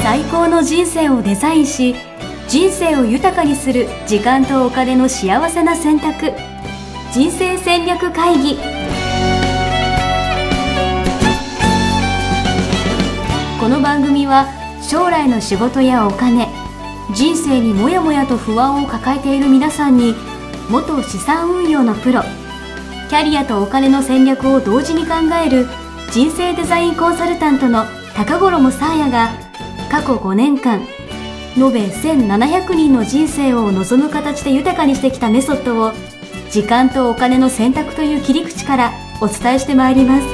最高の人生をデザインし、人生を豊かにする時間とお金の幸せな選択、人生戦略会議。この番組は将来の仕事やお金、人生にもやもやと不安を抱えている皆さんに、元資産運用のプロ、キャリアとお金の戦略を同時に考える人生デザインコンサルタントの高頃もさあやが、過去5年間延べ1700人の人生を望む形で豊かにしてきたメソッドを、時間とお金の選択という切り口からお伝えしてまいります。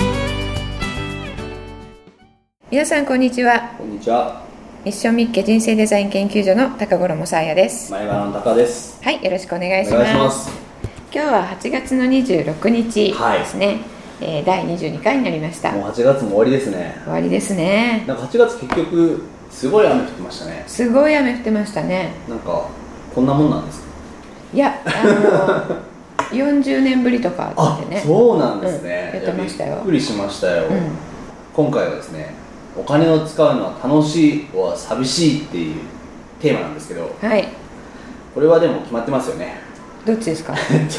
皆さんこんにちは。 こんにちは。 ミッションミッケ人生デザイン研究所の高頃もさあやです。 前原の高です。 はい、よろしくお願いします。今日は8月の26日ですね、第22回になりました。 もう8月も終わりですね。 終わりですね。 なんか8月結局すごい雨降ってましたね。 すごい雨降ってましたね。 なんかこんなもんなんですか？ いや、40年ぶりとかってね。 あ、そうなんですね。 言ってましたよ。 びっくりしましたよ。今回はですね、お金を使うのは楽しいは寂しいっていうテーマなんですけど、 はい。 これはでも決まってますよね。 どっちですか？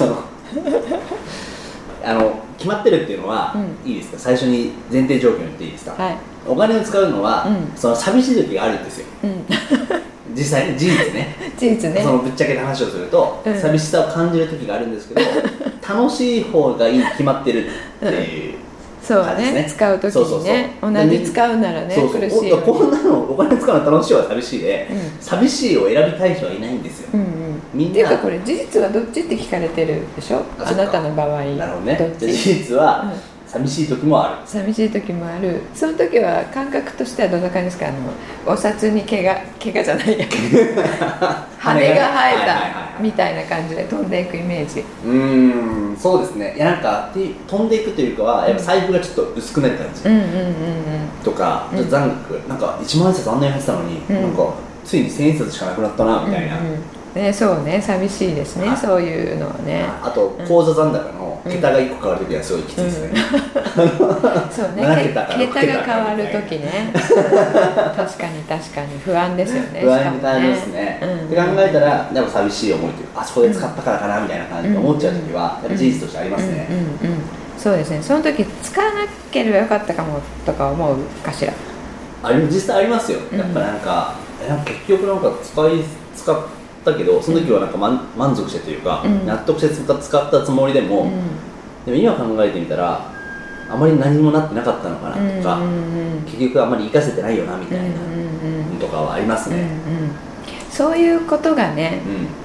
決まってるっていうのは、いいですか？最初に前提条件を言っていいですか？ はい。 お金を使うのは、その寂しい時があるんですよ。実際に事実ね。 事実ね。 そのぶっちゃけた話をすると、寂しさを感じる時があるんですけど、楽しい方がいいに決まってるっていう。 そうね、使うときにね、同じ使うならね、苦しいよね。 こんなのお金使うの楽しいは寂しいで、寂しいを選びたい人はいないんですよ。 みんな。っていうかこれ事実はどっちって聞かれてるでしょ、あなたの場合。 なるほどね。事実は寂しい時もある。 寂しい時もある。その時は感覚としてはどんな感じですか？お札に毛がじゃないや羽が生えたみたいな感じで飛んでいくイメージ。 そうですね。いや、なんか飛んでいくというかは、やっぱ財布がちょっと薄くなる感じとか、ちょっと残額、なんか1万円札あんなに入ってたのに、なんかついに1000円札しかなくなったなみたいな。 ね、そうね、寂しいですね、そういうのはね。 あと口座残高の桁が1個変わるときはすごいきついですね。 そうね、桁が変わるときね。確かに不安ですよね。 不安になりますね。って考えたら、でも寂しい思いというか、あそこで使ったからかなみたいな感じで思っちゃうときは、やっぱ事実としてありますね。 そうですね。その時使わなければよかったかもとか思うかしら。 実際ありますよ。やっぱなんか結局なんか使ったけど、その時はなんか満足してというか、納得して使ったつもりでも、でも今考えてみたらあまり何もなってなかったのかなとか、結局あまり活かせてないよなみたいなとかはありますね。 そういうことがね、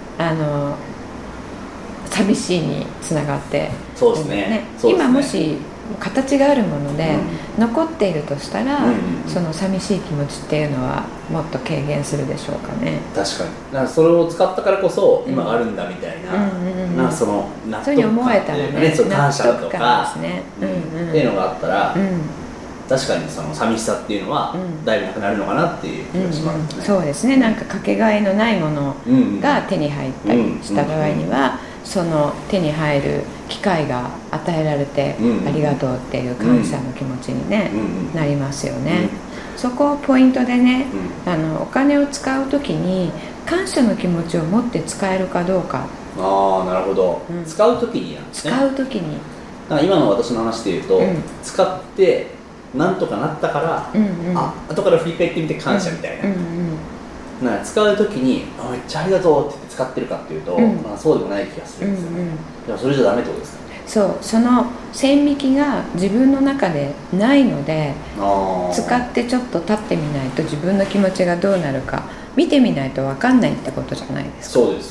寂しいにつながって、 そうですね。 今もし形があるもので残っているとしたら、その寂しい気持ちっていうのはもっと軽減するでしょうかね。 確かに。だからそれを使ったからこそ今あるんだみたいな、なんかその納得感っていうかね、感謝とかっていうのがあったら、確かにその寂しさっていうのはだいぶなくなるのかなっていう気がしますね。 そうですね。なんかかけがえのないものが手に入ったりした場合には、その手に入る機会が与えられてありがとうっていう感謝の気持ちに、ねなりますよね。そこをポイントでね、お金を使うときに感謝の気持ちを持って使えるかどうか。 なるほど。使うときになんですね。 使うときに。 だから今の私の話でいうと、使ってなんとかなったから、後から振り返ってみて感謝みたいな。なんか使うときにめっちゃありがとうって言って使ってるかっていうと、そうでもない気がするんですよね。でもそれじゃダメってことですかね。 そう、その線引きが自分の中でないので、使ってちょっと立ってみないと自分の気持ちがどうなるか見てみないと分かんないってことじゃないですか。 そうです、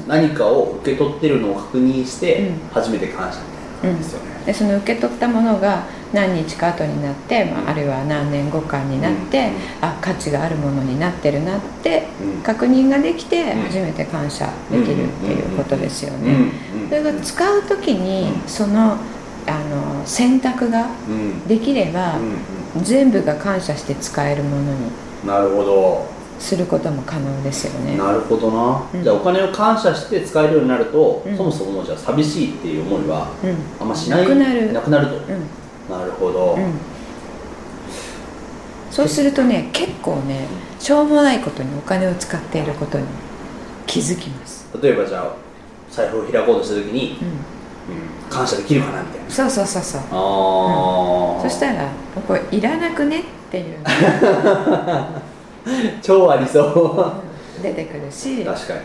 何かを受け取ってるのを確認して初めて感謝みたいな感じですよね。 でその受け取ったものが何日か後になって、あるいは何年後かになって、価値があるものになってるなって確認ができて初めて感謝できるっていうことですよね。それが使う時にその選択ができれば全部が感謝して使えるものになるほどすることも可能ですよね。 なるほどな、じゃあお金を感謝して使えるようになると、そもそもじゃあ寂しいっていう思いはあんましない、なくなると、なるほど、 そうするとね、結構ね、しょうもないことにお金を使っていることに気づきます。 例えばじゃあ財布を開こうとした時に、感謝できるかなみたいな。 そうそしたらこれいらなくねっていう超ありそう出てくるし、 確かに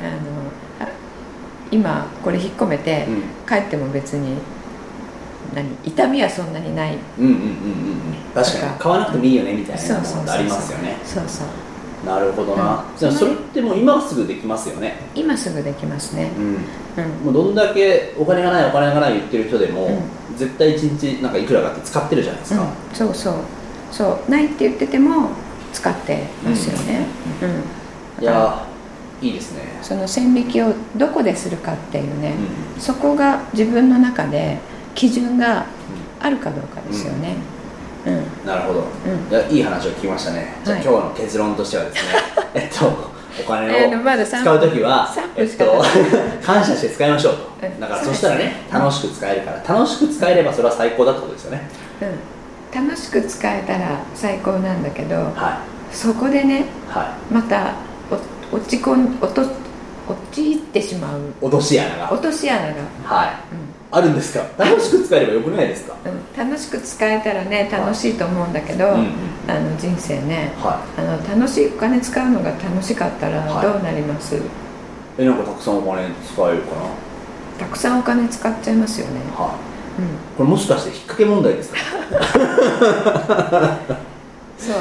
今これ引っ込めて、帰っても別に痛みはそんなにない、 確かに買わなくてもいいよねみたいなのがありますよね。なるほどな。じゃあそれってもう今すぐできますよね。 今すぐできますね。 もうどんだけお金がない言ってる人でも、絶対1日なんかいくらかって使ってるじゃないですか。 そうないって言ってても使ってますよね。 いやいいですね。 その線引きをどこでするかっていうね、そこが自分の中で基準があるかどうかですよね。 なるほど、いい話を聞きましたね。じゃあ今日の結論としてはですね、お金を使うときは、感謝して使いましょうと。だからそしたらね、楽しく使えるから、楽しく使えればそれは最高だってことですよね。 楽しく使えたら最高なんだけど、そこでね、また落ちてしまう落とし穴があるんですか。楽しく使えればよくないですか。 楽しく使えたらね、楽しいと思うんだけど、人生ね、楽しいお金使うのが楽しかったらどうなります？ なんかたくさんお金使えるかな。 たくさんお金使っちゃいますよね。 これもしかして引っ掛け問題ですか。 そう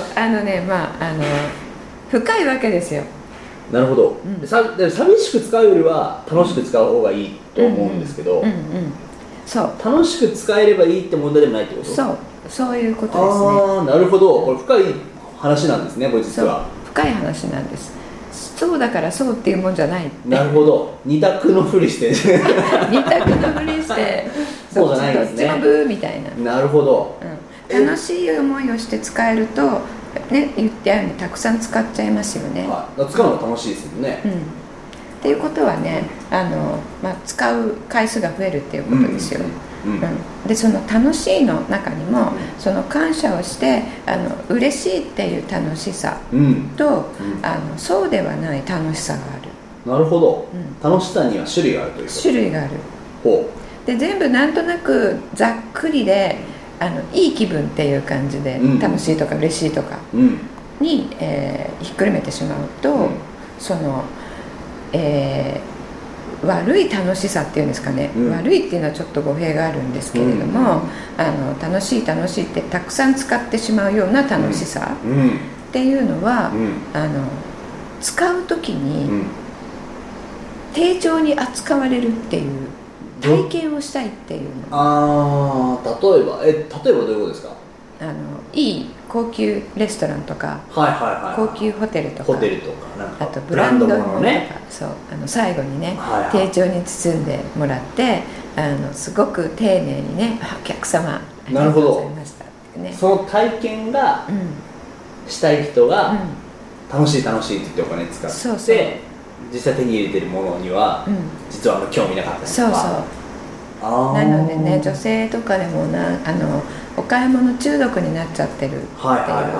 深いわけですよ。 なるほど、寂しく使うよりは楽しく使う方がいいと思うんですけど、楽しく使えればいいって問題でもないってこと？ そういうことですね。 なるほど。これ深い話なんですね、これ実は。 深い話なんです。そうだからそうっていうもんじゃない。 なるほど。二択のふりして二択のふりしてそうじゃないですね。 どっちもブーみたいな。 なるほど、 楽しい思いをして使えるとね、言ってあるようにたくさん使っちゃいますよね。 使うのが楽しいですよね。 っていうことはね、使う回数が増えるっていうことですよ。でその楽しいの中にも、その感謝をして嬉しいっていう楽しさと、そうではない楽しさがある。 なるほど、楽しさには種類があるということ。 種類がある。で全部なんとなくざっくりでいい気分っていう感じで、楽しいとか嬉しいとかに、ひっくるめてしまうと、その、悪い楽しさっていうんですかね、悪いっていうのはちょっと語弊があるんですけれども、楽しいってたくさん使ってしまうような楽しさっていうのは、使う時に丁重に扱われるっていう体験をしたいっていうの。 例えばどういうことですか？ いい高級レストランとか、高級ホテルとか、あとブランド物とか、最後にね、丁重に包んでもらって、すごく丁寧にね、お客様ありがとうございましたってね。 その体験がしたい人が楽しいって言ってお金使って、実際手に入れてるものには、実は興味なかったりとか。 なのでね、女性とかでもお買い物中毒になっちゃってるっていう方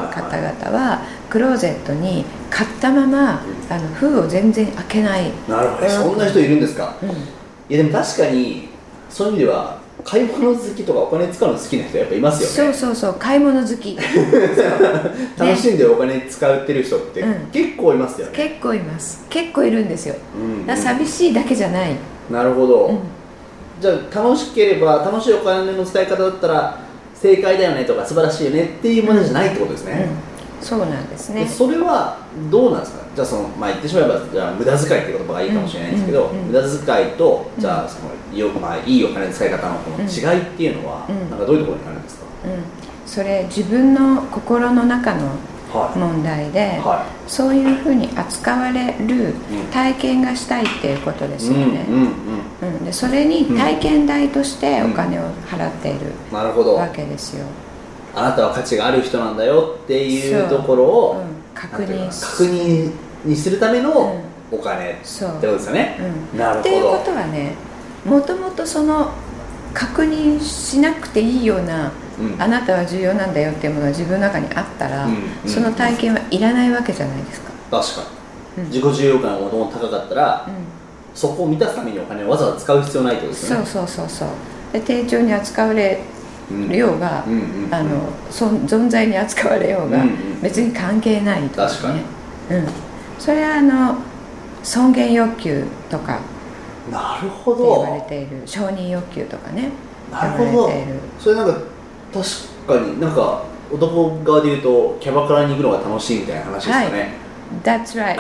々はクローゼットに買ったまま封を全然開けない。 なるほど、そんな人いるんですか。いやでも確かにそういう意味では買い物好きとかお金使うの好きな人やっぱいますよね。 そう買い物好き楽しんでお金使ってる人って結構いますよね。 結構います。結構いるんですよ。だから寂しいだけじゃない。 なるほど、じゃあ楽しければ、楽しいお金の使い方だったら正解だよねとか素晴らしいよねっていうものじゃないってことですね。 そうなんですね。 それはどうなんですか。じゃあ言ってしまえばじゃあ無駄遣いっていう言葉がいいかもしれないんですけど、無駄遣いとじゃあいいお金の使い方のこの違いっていうのはなんかどういうところにあるんですか。 それ自分の心の中の問題で、そういうふうに扱われる体験がしたいっていうことですよね。でそれに体験代としてお金を払っているわけですよ。 あなたは価値がある人なんだよっていうところを確認にするためのお金ってことですよね。なるほど。 っていうことはね、もともとその確認しなくていいようなあなたは重要なんだよっていうものが自分の中にあったら、その体験はいらないわけじゃないですか。 確かに、自己重要感がもともと高かったら、そこを満たすためにお金をわざわざ使う必要ないってことですよね。 そうで丁重に扱われるようが、存在に扱われようが、別に関係ないとかね。 確かに、 それは尊厳欲求とかなるほどって言われている、承認欲求とかね、 なるほど。それなんか確かになんか男側で言うとキャバクラに行くのが楽しいみたいな話ですかね。 That's right.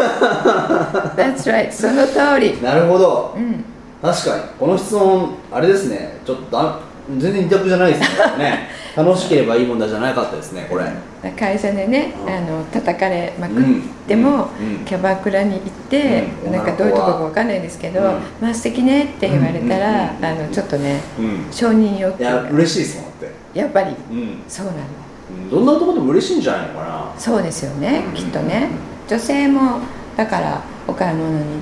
That's right. その通り。 なるほど、確かにこの質問あれですね、ちょっと全然二択じゃないですね楽しければいい問題じゃなかったですねこれ。 会社でね、叩かれまくっても、キャバクラに行って、なんかどういうところかわかんないですけど、まあ素敵ねって言われたら、ちょっとね、承認欲求が、 いや嬉しいですもんってやっぱり、そうなの。 どんな男でも嬉しいんじゃないのかな。 そうですよね、きっとね。女性もだからお買い物に行って、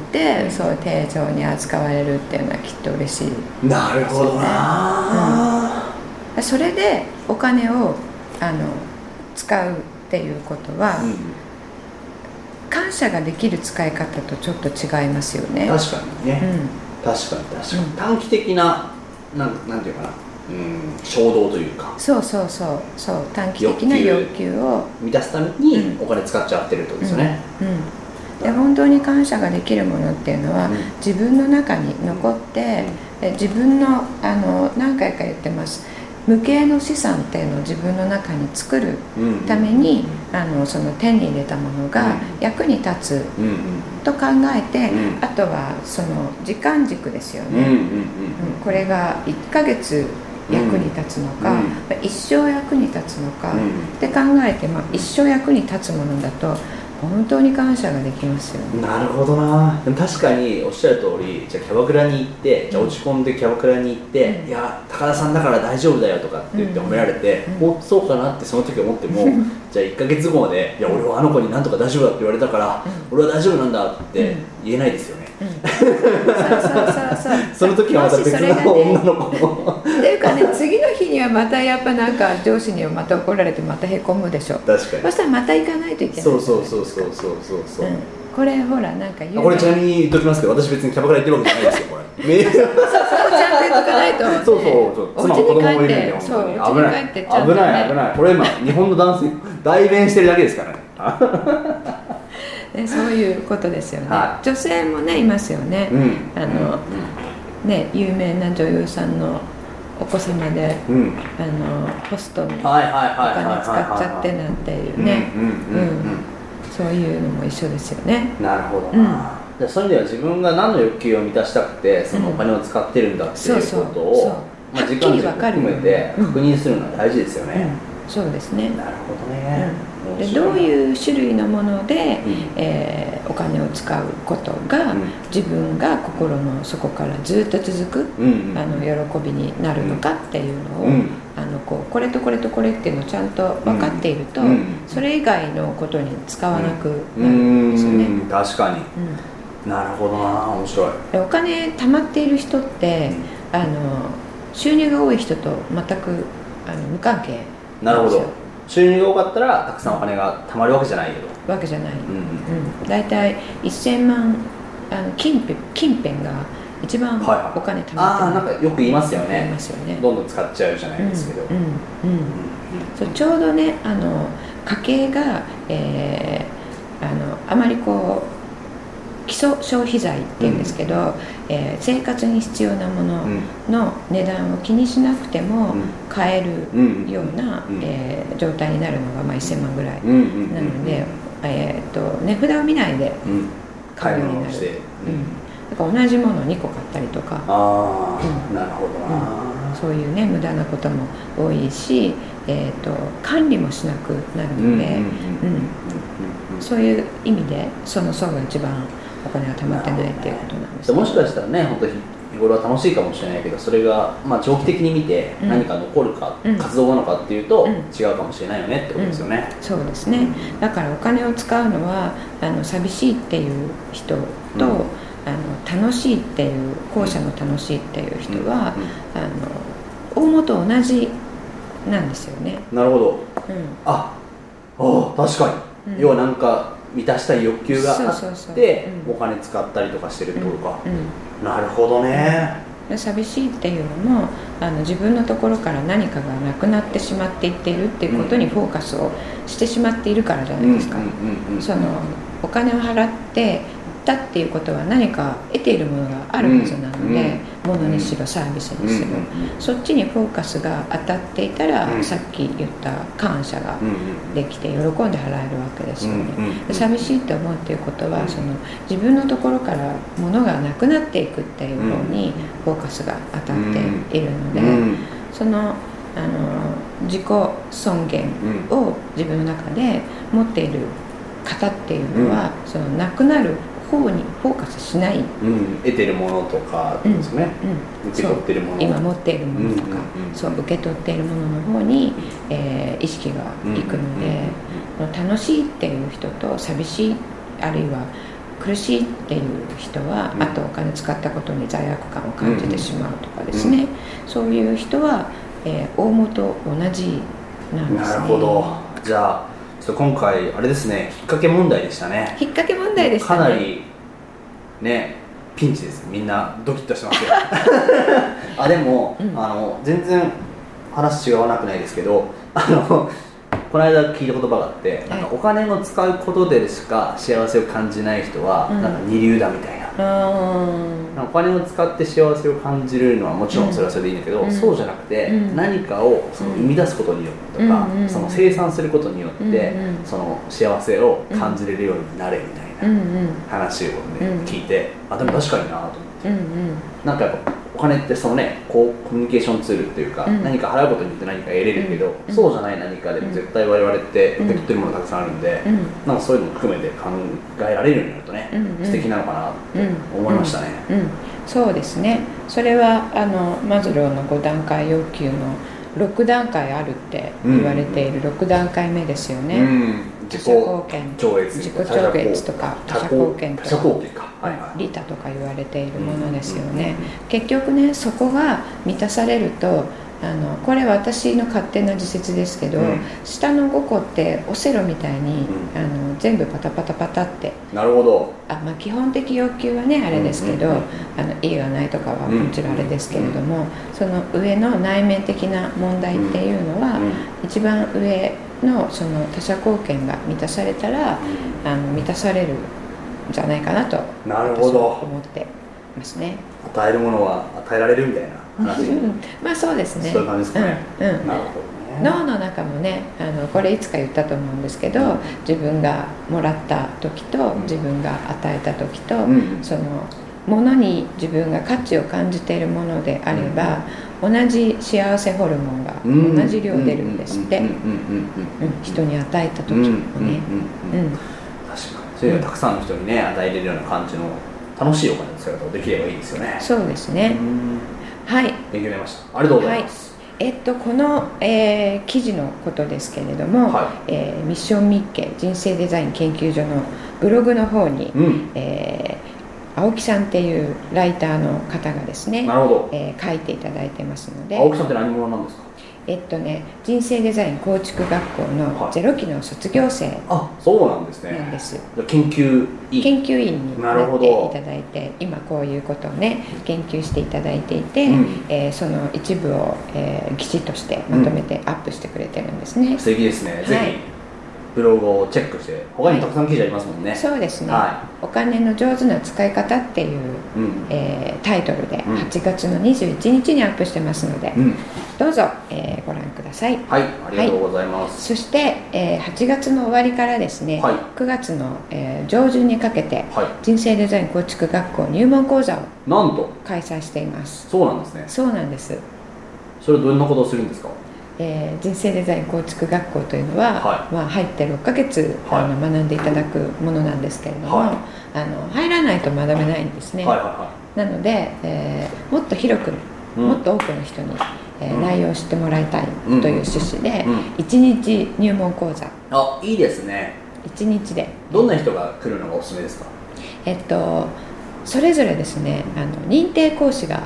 そう丁重に扱われるっていうのはきっと嬉しい、ね。 なるほどな、 それでお金を使うっていうことは、感謝ができる使い方とちょっと違いますよね。 確かにね、確かに短期的ななんていうかな、衝動というか、 そう短期的な欲求を満たすためにお金使っちゃってるってことですよね。 で本当に感謝ができるものっていうのは、自分の中に残って、自分の何回か言ってます、無形の資産っていうのを自分の中に作るために、その手に入れたものが役に立つと考えて、あとはその時間軸ですよね。これが1ヶ月役に立つのか、一生役に立つのかって考えて、一生役に立つものだと本当に感謝ができますよね。 なるほどな。でも確かにおっしゃる通り、じゃあキャバクラに行って、じゃあ落ち込んでキャバクラに行って、いや高田さんだから大丈夫だよとかって言って褒められて、そうかなってその時思ってもじゃあ1ヶ月後まで、いや俺はあの子になんとか大丈夫だって言われたから、俺は大丈夫なんだって言えないですよね。その時はまた別の女の子もっていうかね、次の日にはまたやっぱなんか上司にはまた怒られてまたへこむでしょ。 確かに。 そしたらまた行かないといけない。そうこれほらなんかこれちなみに言っときますけど、私別にキャバクラ行ってるわけじゃないですよこれ。 そうちゃんと言っとかないと。 そう妻も子供もいるんで本当に危ない。これ今日本の男性代弁してるだけですからね。 そういうことですよね。女性もねいますよね。有名な女優さんのお子様で、ホストにお金使っちゃってなんていうね、そういうのも一緒ですよね。 なるほどな。そういう意味では自分が何の欲求を満たしたくてそのお金を使ってるんだっていうことを時間軸含めて確認するのは大事ですよね。 そうですね。 なるほどね。 でどういう種類のもので、お金を使うことが、自分が心の底からずっと続く、喜びになるのかっていうのを、これとこれとこれっていうのをちゃんと分かっていると、それ以外のことに使わなくなるんですよね。 確かに、なるほどな。面白い。 お金貯まっている人って、収入が多い人と全く無関係なんですよ。なるほど。収入が多かったらたくさんお金が貯まるわけじゃないけど。 わけじゃない。だいたい1000万近辺が一番お金貯まってる。 なんかよく言いますよね。どんどん使っちゃうじゃないですけど。 ちょうどね家計が、あまり基礎消費財っていうんですけど、生活に必要なものの値段を気にしなくても買えるような、状態になるのが1000万ぐらいなので、値札を見ないで買うようになる。だから同じものを2個買ったりとか、 なるほどな。 そういうね無駄なことも多いし、管理もしなくなるので、そういう意味でその層が一番お金が貯まってないっていうことなんです。 もしかしたらね、本当に日頃は楽しいかもしれないけど、それが長期的に見て何か残るか、活動なのかっていうと違うかもしれないよねってことですよね。 そうですね。だからお金を使うのは寂しいっていう人と、楽しいっていう後者の楽しいっていう人は、大元同じなんですよね。 なるほど。 うん、 確かに、要はなんか満たしたい欲求があってお金使ったりとかしてるってことか。なるほどね。 寂しいっていうのも自分のところから何かがなくなってしまっていっているっていうことにフォーカスをしてしまっているからじゃないですか。そのお金を払ってたっていうことは何か得ているものがあるはずなので、物にしろサービスにしろ、そっちにフォーカスが当たっていたら、さっき言った感謝ができて喜んで払えるわけですよね。寂しいって思うっていうことは、その自分のところから物がなくなっていくっていう方にフォーカスが当たっているので、その自己尊厳を自分の中で持っている方っていうのは、そのなくなる方にフォーカスしない、 得てるものとかですね、受け取ってるもの、 今持っているものとか、そう受け取っているものの方に、意識がいくので、楽しいっていう人と寂しいあるいは苦しいっていう人は、あとお金使ったことに罪悪感を感じてしまうとかですね、そういう人は、大元同じなんですね。 なるほど。じゃあ今回あれですね、引っ掛け問題でしたね。 引っ掛け問題でしたね。 かなりねピンチです。みんなドキッとしてますよでも、全然話違わなくないですけど、この間聞いた言葉があって、なんかお金を使うことでしか幸せを感じない人は、なんか二流だみたいな。お金を使って幸せを感じるのはもちろんそれはそれでいいんだけど、そうじゃなくて、何かをその生み出すことによってとか、その生産することによって、その幸せを感じれるようになれみたいな話を、聞いて、でも確かになと思って、なんかやっぱお金ってそのね、コミュニケーションツールっていうか、何か払うことによって何か得れるけど、そうじゃない何かでも絶対我々って受け取ってるものがたくさんあるんで、なんかそういうのも含めて考えられるようになるとね、素敵なのかなって思いましたね。 そうですね。それはマズローの5段階要求の6段階あるって言われている6段階目ですよね。他者貢献、自己超越とか他者貢献とか利他とか言われているものですよね。結局ね、そこが満たされると、これ私の勝手な自説ですけど、下の5個ってオセロみたいに、全部パタパタパタって、 なるほど。 基本的要求はねあれですけど、いいがないとかはもちろんあれですけれども、その上の内面的な問題っていうのは、一番上のその他者貢献が満たされたら、満たされるんじゃないかなと私は思ってますね。 与えるものは与えられるみたいな話そうですね。 そういう感じですかね。なるほどね。 脳の中もね、これいつか言ったと思うんですけど、自分がもらった時と自分が与えた時と、そのものに自分が価値を感じているものであれば、同じ幸せホルモンが同じ量出るんですって。人に与えた時もね。確かにそういうのたくさんの人にね与えれるような感じの楽しいお金の使い方をできればいいですよね。 そうですね。はい。 勉強になりました。ありがとうございます。 この、記事のことですけれども、ミッションミッケ人生デザイン研究所のブログの方に、青木さんっていうライターの方がですね、書いていただいてますので。 青木さんって何者なんですか？ 人生デザイン構築学校の0期の卒業生そうなんですね。 なんです。 研究員になっていただいて、今こういうことをね研究していただいていて、その一部を、記事としてまとめてアップしてくれてるんですね。 素敵ですね。ぜひブログをチェックして、他にもたくさん記事ありますもんね。 そうですね。お金の上手な使い方っていう、タイトルで8月の21日にアップしてますので、どうぞ、ご覧ください。 はい、ありがとうございます。 そして、8月の終わりからですね、9月の、上旬にかけて、人生デザイン構築学校入門講座をなんと開催しています。 そうなんですね。 そうなんです。 それはどんなことをするんですか？ 人生デザイン構築学校というのは、入って6ヶ月、学んでいただくものなんですけれども、入らないと学べないんですね。なので、もっと広く、もっと多くの人に、内容を知ってもらいたいという趣旨で、1日入門講座。 いいですね。 1日で。 どんな人が来るのがおすすめですか？ それぞれですね、認定講師が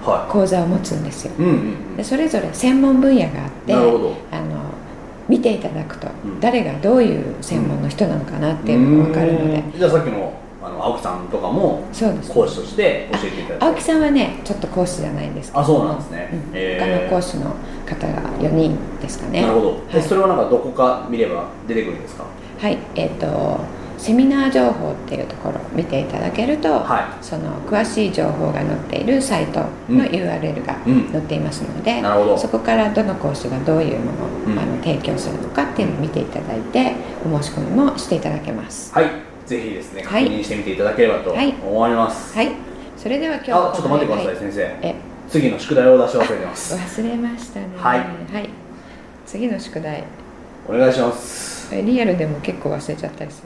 講座を持つんですよ、 うんうんうん、 でそれぞれ専門分野があって、 なるほど、 見ていただくと、誰がどういう専門の人なのかなっていうのが分かるので、 じゃあさっきの青木さんとかも講師として教えていただいて、 青木さんはねちょっと講師じゃないんですけど、 そうなんですね、 他の講師の方が4人ですかね。 なるほど、はい、それはなんかどこか見れば出てくるんですか？ はい、セミナー情報っていうところを見ていただけると、はい、その詳しい情報が載っているサイトの URL が載っていますので、そこからどの講師がどういうものを、提供するのかっていうのを見ていただいて、お申し込みもしていただけます。 はい、ぜひですね確認してみていただければと思います。 はい、それでは今日はちょっと待ってください、先生。次の宿題を出し忘れてます。 忘れましたね。 はい、 次の宿題お願いします。 リアルでも結構忘れちゃったりす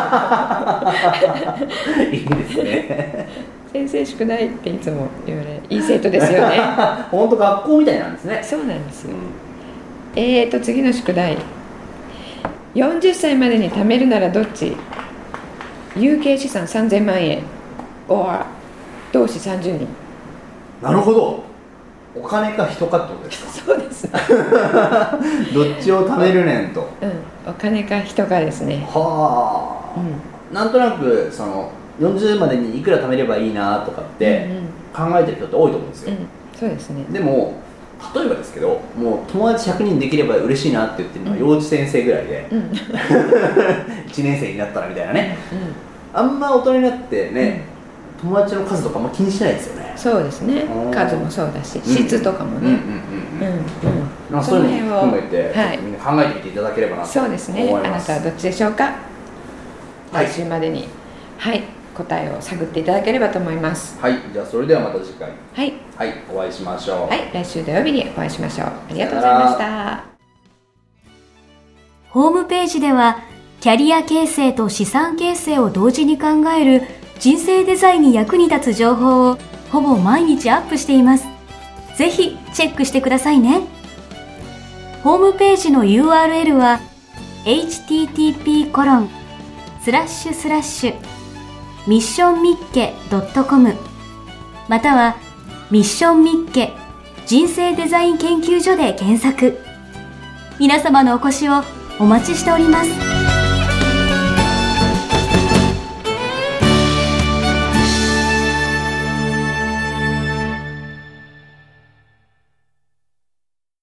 るんですけどいいですね先生宿題っていつも言われいい生徒ですよね本当学校みたいなんですね。 そうなんですよ、次の宿題、40歳までに貯めるならどっち？有形資産3000万円 or 同志30人。 なるほど、お金か人かってことですか？ そうですどっちを貯めるねんと、 お金か人かですね。 はあ、なんとなくその40までにいくら貯めればいいなとかって考えてる人って多いと思うんですよ、 そうですね。 でも例えばですけど、もう友達100人できれば嬉しいなって言ってるのは幼稚先生ぐらいで、1年生になったらみたいなね、あんま大人になってね、友達の数とかあんま気にしないですよね。 そうですね、数もそうだし、質とかもね、 そういうのも含めて、みんな考えてみていただければなと思います。 そうですね。あなたはどっちでしょうか？来週までに、答えを探っていただければと思います。 はい、じゃあそれではまた次回お会いしましょう。 来週土曜日にお会いしましょう。ありがとうございました。 ホームページではキャリア形成と資産形成を同時に考える人生デザインに役に立つ情報をほぼ毎日アップしています。ぜひチェックしてくださいね。ホームページの URL は http://missionmicke.com またはミッションミッケ人生デザイン研究所で検索。皆様のお越しをお待ちしております。